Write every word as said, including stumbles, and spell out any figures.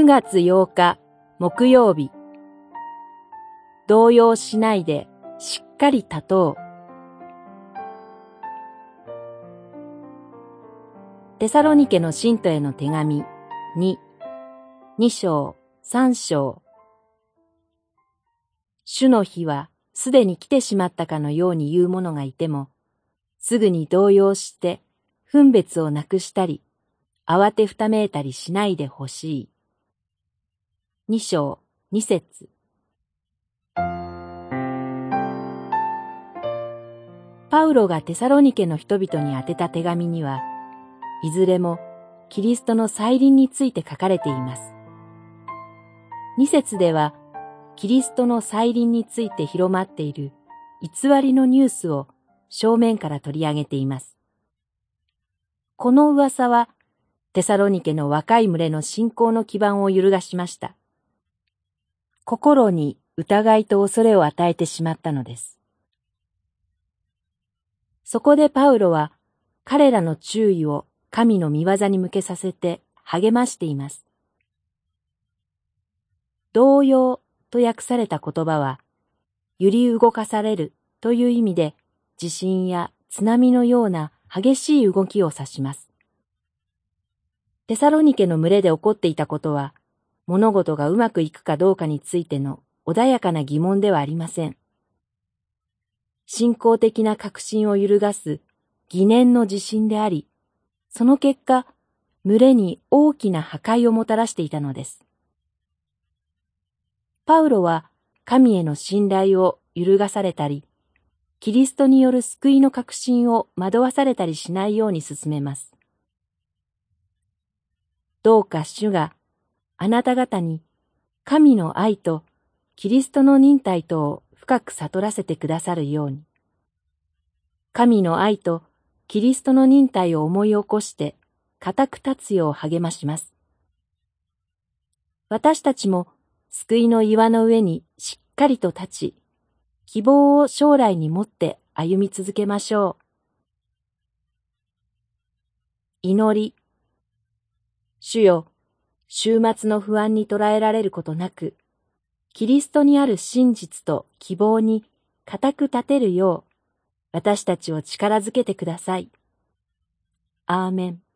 がつようか木曜日。動揺しないでしっかり立とう。テサロニケの信徒への手紙に、に章、さん章。主の日はすでに来てしまったかのように言う者がいても、すぐに動揺して分別をなくしたり、慌てふためいたりしないでほしい。に章、に節。パウロがテサロニケの人々に宛てた手紙には、いずれもキリストの再臨について書かれています。に節では、キリストの再臨について広まっている偽りのニュースを正面から取り上げています。この噂は、テサロニケの若い群れの信仰の基盤を揺るがしました。心に疑いと恐れを与えてしまったのです。そこでパウロは彼らの注意を神の御業に向けさせて励ましています。動揺と訳された言葉は、揺り動かされるという意味で、地震や津波のような激しい動きを指します。テサロニケの群れで起こっていたことは、物事がうまくいくかどうかについての穏やかな疑問ではありません。信仰的な確信を揺るがす疑念の地震であり、その結果、群れに大きな破壊をもたらしていたのです。パウロは神への信頼を揺るがされたり、キリストによる救いの確信を惑わされたりしないように進めます。どうか主があなた方に神の愛とキリストの忍耐とを深く悟らせてくださるように。神の愛とキリストの忍耐を思い起こして固く立つよう励まします。私たちも救いの岩の上にしっかりと立ち、希望を将来に持って歩み続けましょう。祈り。主よ、週末の不安に捉えられることなく、キリストにある真実と希望に固く立てるよう、私たちを力づけてください。アーメン。